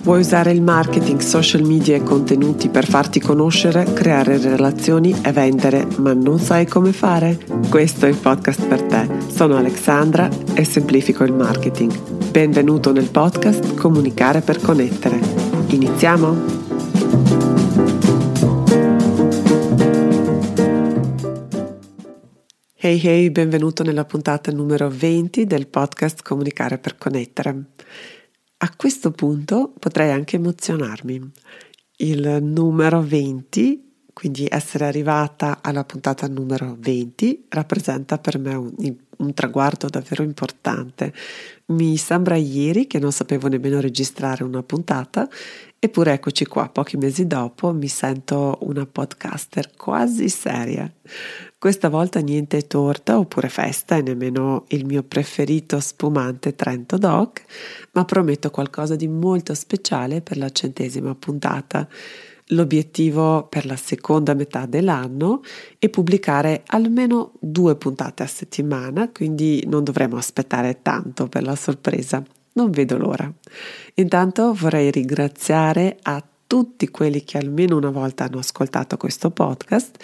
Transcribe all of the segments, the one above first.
Vuoi usare il marketing, social media e contenuti per farti conoscere, creare relazioni e vendere, ma non sai come fare? Questo è il podcast per te. Sono Alexandra e semplifico il marketing. Benvenuto nel podcast Comunicare per connettere. Iniziamo? Hey hey, benvenuto nella puntata numero 20 del podcast Comunicare per connettere. A questo punto potrei anche emozionarmi. Il numero 20, quindi essere arrivata alla puntata numero 20, rappresenta per me un traguardo davvero importante. Mi sembra ieri che non sapevo nemmeno registrare una puntata, eppure eccoci qua, pochi mesi dopo mi sento una podcaster quasi seria. Questa volta niente torta oppure festa e nemmeno il mio preferito spumante Trento Doc, ma prometto qualcosa di molto speciale per la 100ª puntata. L'obiettivo per la seconda metà dell'anno è pubblicare almeno 2 puntate a settimana, quindi non dovremo aspettare tanto per la sorpresa. Non vedo l'ora. Intanto vorrei ringraziare a tutti quelli che almeno una volta hanno ascoltato questo podcast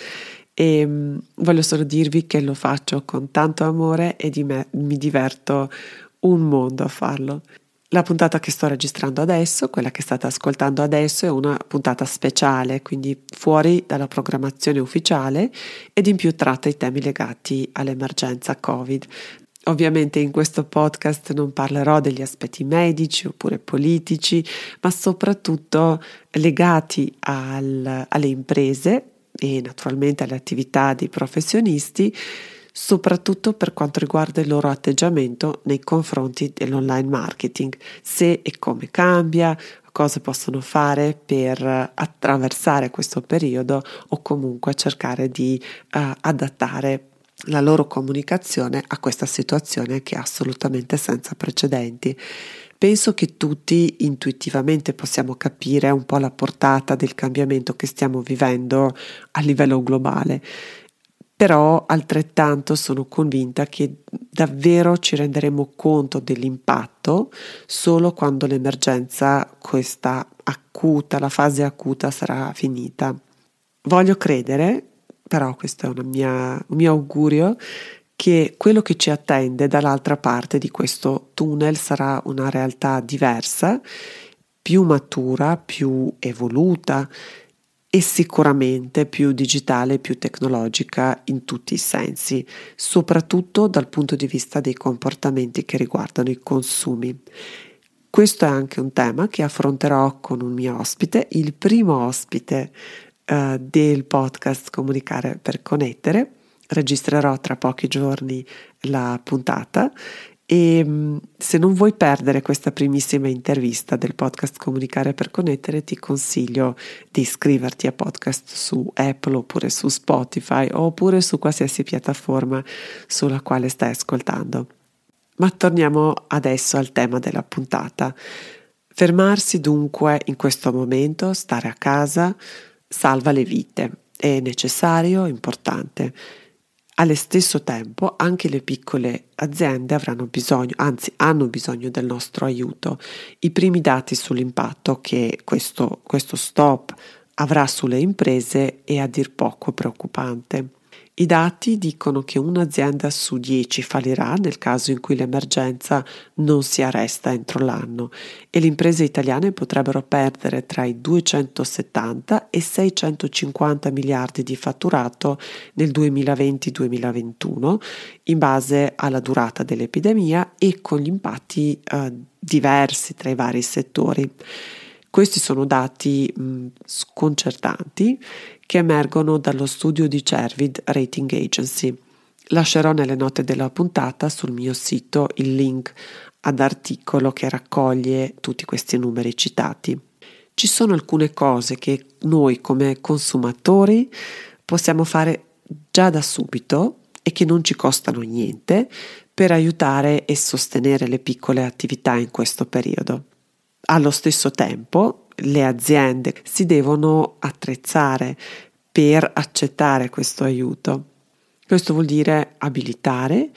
e voglio solo dirvi che lo faccio con tanto amore e mi diverto un mondo a farlo. La puntata che sto registrando adesso, quella che state ascoltando adesso, è una puntata speciale, quindi fuori dalla programmazione ufficiale ed in più tratta i temi legati all'emergenza Covid. Ovviamente in questo podcast non parlerò degli aspetti medici oppure politici, ma soprattutto legati alle imprese e naturalmente alle attività dei professionisti, soprattutto per quanto riguarda il loro atteggiamento nei confronti dell'online marketing, se e come cambia, cosa possono fare per attraversare questo periodo o comunque cercare di adattare la loro comunicazione a questa situazione che è assolutamente senza precedenti. Penso che tutti intuitivamente possiamo capire un po' la portata del cambiamento che stiamo vivendo a livello globale, però altrettanto sono convinta che davvero ci renderemo conto dell'impatto solo quando l'emergenza, questa acuta, la fase acuta sarà finita. Voglio credere, però questo è un mio augurio, che quello che ci attende dall'altra parte di questo tunnel sarà una realtà diversa, più matura, più evoluta e sicuramente più digitale, più tecnologica in tutti i sensi, soprattutto dal punto di vista dei comportamenti che riguardano i consumi. Questo è anche un tema che affronterò con un mio ospite, il primo ospite del podcast Comunicare per connettere. Registrerò tra pochi giorni la puntata e se non vuoi perdere questa primissima intervista del podcast Comunicare per connettere, ti consiglio di iscriverti a podcast su Apple oppure su Spotify oppure su qualsiasi piattaforma sulla quale stai ascoltando. Ma torniamo adesso al tema della puntata. Fermarsi dunque in questo momento, stare a casa, salva le vite, è necessario, importante. Allo stesso tempo anche le piccole aziende avranno bisogno, anzi hanno bisogno del nostro aiuto. I primi dati sull'impatto che questo stop avrà sulle imprese è a dir poco preoccupante. I dati dicono che un'azienda su 10 fallirà nel caso in cui l'emergenza non si arresta entro l'anno e le imprese italiane potrebbero perdere tra i 270 e 650 miliardi di fatturato nel 2020-2021 in base alla durata dell'epidemia e con gli impatti diversi tra i vari settori. Questi sono dati sconcertanti che emergono dallo studio di Cervid Rating Agency. Lascerò nelle note della puntata sul mio sito il link ad articolo che raccoglie tutti questi numeri citati. Ci sono alcune cose che noi come consumatori possiamo fare già da subito e che non ci costano niente per aiutare e sostenere le piccole attività in questo periodo. Allo stesso tempo, le aziende si devono attrezzare per accettare questo aiuto. Questo vuol dire abilitare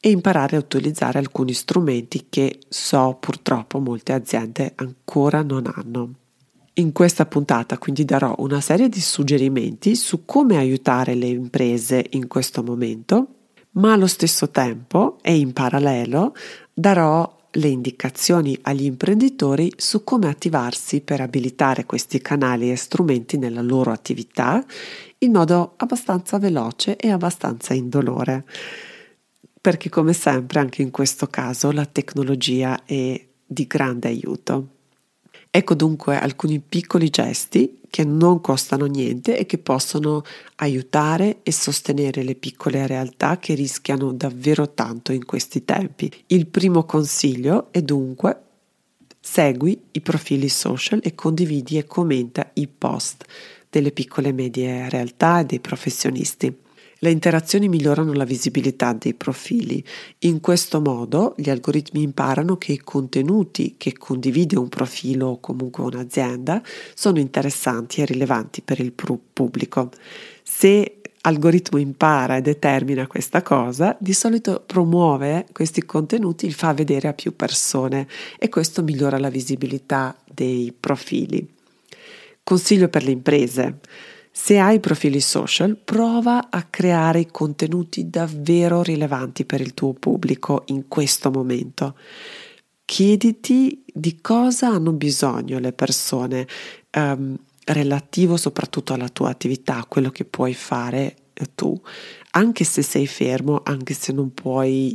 e imparare a utilizzare alcuni strumenti che so purtroppo molte aziende ancora non hanno. In questa puntata quindi darò una serie di suggerimenti su come aiutare le imprese in questo momento, ma allo stesso tempo e in parallelo darò le indicazioni agli imprenditori su come attivarsi per abilitare questi canali e strumenti nella loro attività in modo abbastanza veloce e abbastanza indolore, perché come sempre anche in questo caso la tecnologia è di grande aiuto. Ecco dunque alcuni piccoli gesti che non costano niente e che possono aiutare e sostenere le piccole realtà che rischiano davvero tanto in questi tempi. Il primo consiglio è dunque: segui i profili social e condividi e commenta i post delle piccole e medie realtà e dei professionisti. Le interazioni migliorano la visibilità dei profili. In questo modo gli algoritmi imparano che i contenuti che condivide un profilo o comunque un'azienda sono interessanti e rilevanti per il pubblico. Se l'algoritmo impara e determina questa cosa, di solito promuove questi contenuti, li fa vedere a più persone e questo migliora la visibilità dei profili. Consiglio per le imprese: se hai profili social, prova a creare i contenuti davvero rilevanti per il tuo pubblico in questo momento. Chiediti di cosa hanno bisogno le persone, relativo soprattutto alla tua attività, a quello che puoi fare tu, anche se sei fermo, anche se non puoi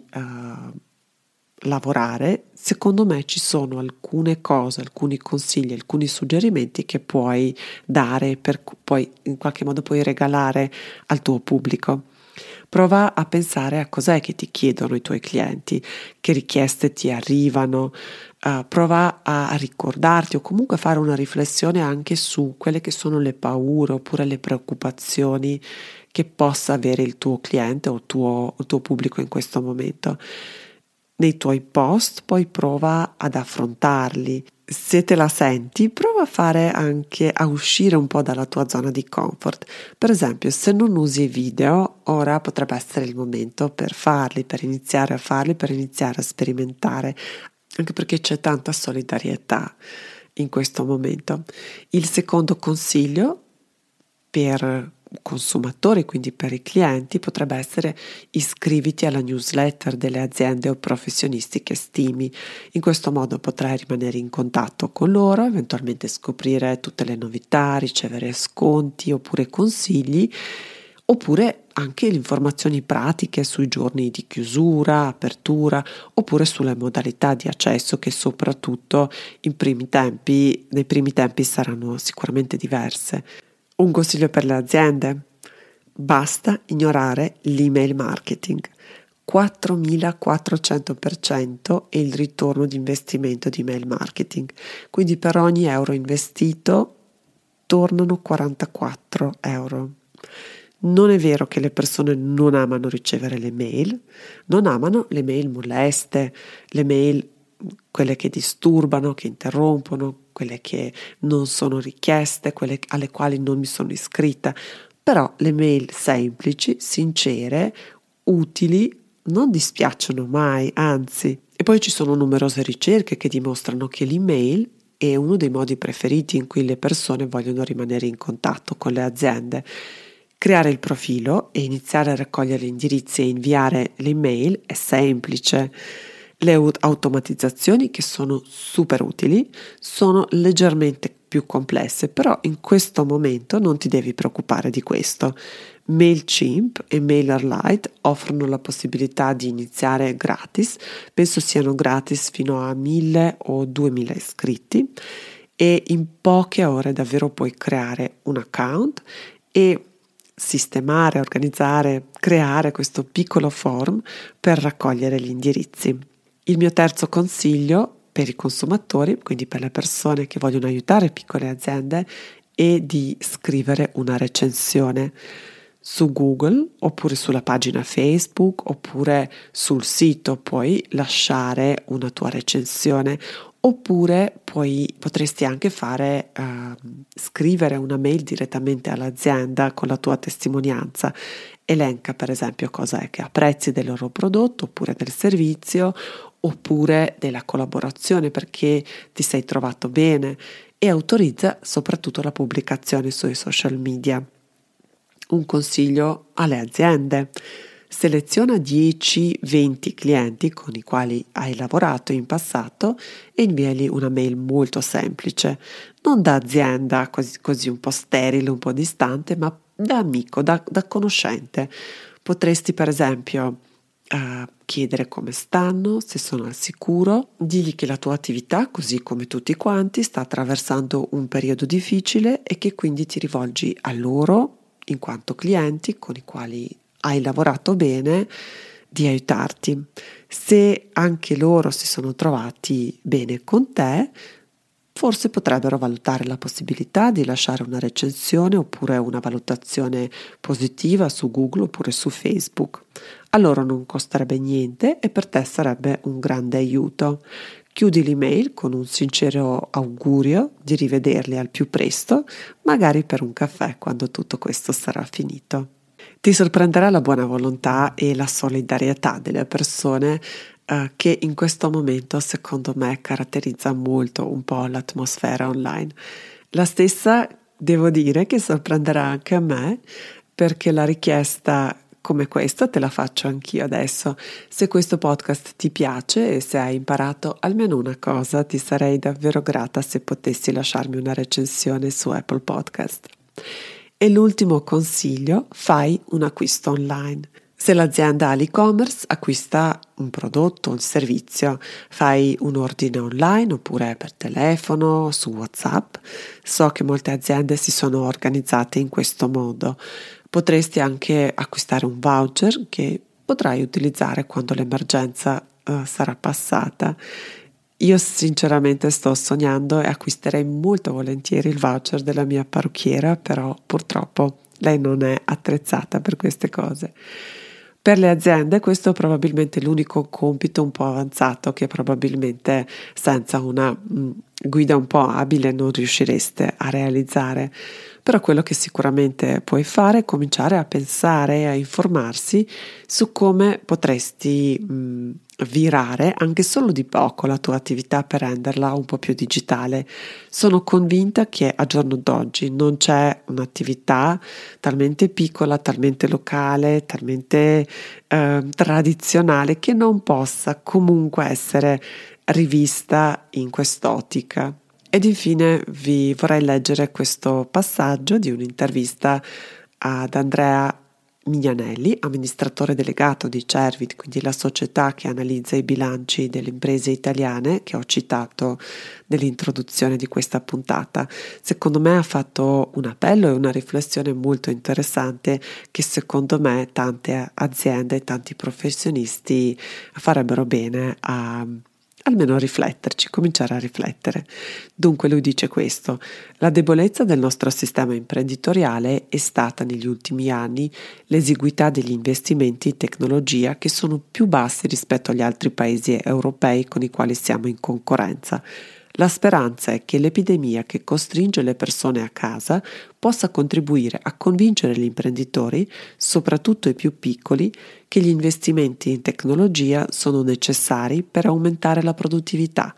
lavorare. Secondo me ci sono alcune cose, alcuni consigli, alcuni suggerimenti che puoi dare, per poi in qualche modo puoi regalare al tuo pubblico. Prova a pensare a cos'è che ti chiedono i tuoi clienti, che richieste ti arrivano, prova a ricordarti o comunque fare una riflessione anche su quelle che sono le paure oppure le preoccupazioni che possa avere il tuo cliente o il tuo pubblico in questo momento. Nei tuoi post poi prova ad affrontarli. Se te la senti, prova a fare anche a uscire un po' dalla tua zona di comfort. Per esempio, se non usi i video, ora potrebbe essere il momento per farli, per iniziare a farli, per iniziare a sperimentare, anche perché c'è tanta solidarietà in questo momento. Il secondo consiglio per consumatori, quindi per i clienti, potrebbe essere: iscriviti alla newsletter delle aziende o professionisti che stimi. In questo modo potrai rimanere in contatto con loro, eventualmente scoprire tutte le novità, ricevere sconti oppure consigli, oppure anche le informazioni pratiche sui giorni di chiusura, apertura, oppure sulle modalità di accesso che soprattutto nei primi tempi saranno sicuramente diverse. Un consiglio per le aziende: basta ignorare l'email marketing. 4400% è il ritorno di investimento di email marketing, quindi per ogni euro investito tornano 44 euro. Non è vero che le persone non amano ricevere le mail, non amano le mail moleste, le mail quelle che disturbano, che interrompono, quelle che non sono richieste, quelle alle quali non mi sono iscritta, però le mail semplici, sincere, utili, non dispiacciono mai, anzi. E poi ci sono numerose ricerche che dimostrano che l'email è uno dei modi preferiti in cui le persone vogliono rimanere in contatto con le aziende. Creare il profilo e iniziare a raccogliere indirizzi e inviare le email è semplice. Le automatizzazioni, che sono super utili, sono leggermente più complesse, però in questo momento non ti devi preoccupare di questo. MailChimp e MailerLite offrono la possibilità di iniziare gratis, penso siano gratis fino a 1000 o 2000 iscritti, e in poche ore davvero puoi creare un account e sistemare, organizzare, creare questo piccolo form per raccogliere gli indirizzi. Il mio terzo consiglio per i consumatori, quindi per le persone che vogliono aiutare piccole aziende, è di scrivere una recensione su Google oppure sulla pagina Facebook oppure sul sito. Puoi lasciare una tua recensione Oppure potresti anche scrivere una mail direttamente all'azienda con la tua testimonianza. Elenca per esempio cosa è che apprezzi del loro prodotto oppure del servizio oppure della collaborazione, perché ti sei trovato bene, e autorizza soprattutto la pubblicazione sui social media. Un consiglio alle aziende: seleziona 10-20 clienti con i quali hai lavorato in passato e inviali una mail molto semplice, non da azienda così un po' sterile, un po' distante, ma da amico, da conoscente. Potresti per esempio chiedere come stanno, se sono al sicuro, digli che la tua attività, così come tutti quanti, sta attraversando un periodo difficile e che quindi ti rivolgi a loro in quanto clienti con i quali hai lavorato bene, di aiutarti. Se anche loro si sono trovati bene con te, forse potrebbero valutare la possibilità di lasciare una recensione oppure una valutazione positiva su Google oppure su Facebook. A loro non costerebbe niente e per te sarebbe un grande aiuto. Chiudi l'email con un sincero augurio di rivederli al più presto, magari per un caffè quando tutto questo sarà finito. Ti sorprenderà la buona volontà e la solidarietà delle persone che in questo momento secondo me caratterizza molto un po' l'atmosfera online. La stessa devo dire che sorprenderà anche a me, perché la richiesta come questa te la faccio anch'io adesso. Se questo podcast ti piace e se hai imparato almeno una cosa, ti sarei davvero grata se potessi lasciarmi una recensione su Apple Podcast. E l'ultimo consiglio: fai un acquisto online. Se l'azienda ha l'e-commerce, acquista un prodotto, un servizio, fai un ordine online oppure per telefono, su WhatsApp. So che molte aziende si sono organizzate in questo modo. Potresti anche acquistare un voucher che potrai utilizzare quando l'emergenza sarà passata. Io sinceramente sto sognando e acquisterei molto volentieri il voucher della mia parrucchiera, però purtroppo lei non è attrezzata per queste cose. Per le aziende questo è probabilmente l'unico compito un po' avanzato che probabilmente senza una guida un po' abile non riuscireste a realizzare. Però quello che sicuramente puoi fare è cominciare a pensare e a informarsi su come potresti virare anche solo di poco la tua attività per renderla un po' più digitale. Sono convinta che a giorno d'oggi non c'è un'attività talmente piccola, talmente locale, talmente tradizionale che non possa comunque essere rivista in quest'ottica. Ed infine vi vorrei leggere questo passaggio di un'intervista ad Andrea Mignanelli, amministratore delegato di Cervit, quindi la società che analizza i bilanci delle imprese italiane che ho citato nell'introduzione di questa puntata. Secondo me ha fatto un appello e una riflessione molto interessante che secondo me tante aziende e tanti professionisti farebbero bene a almeno rifletterci, cominciare a riflettere. Dunque lui dice questo: la debolezza del nostro sistema imprenditoriale è stata negli ultimi anni l'esiguità degli investimenti in tecnologia che sono più bassi rispetto agli altri paesi europei con i quali siamo in concorrenza. La speranza è che l'epidemia che costringe le persone a casa possa contribuire a convincere gli imprenditori, soprattutto i più piccoli, che gli investimenti in tecnologia sono necessari per aumentare la produttività.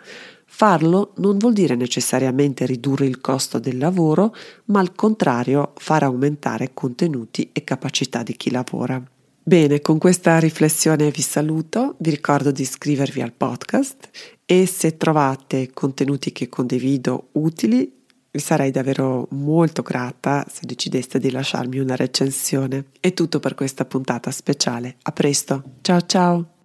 Farlo non vuol dire necessariamente ridurre il costo del lavoro, ma al contrario far aumentare contenuti e capacità di chi lavora. Bene, con questa riflessione vi saluto, vi ricordo di iscrivervi al podcast e se trovate contenuti che condivido utili, vi sarei davvero molto grata se decideste di lasciarmi una recensione. È tutto per questa puntata speciale. A presto, ciao ciao!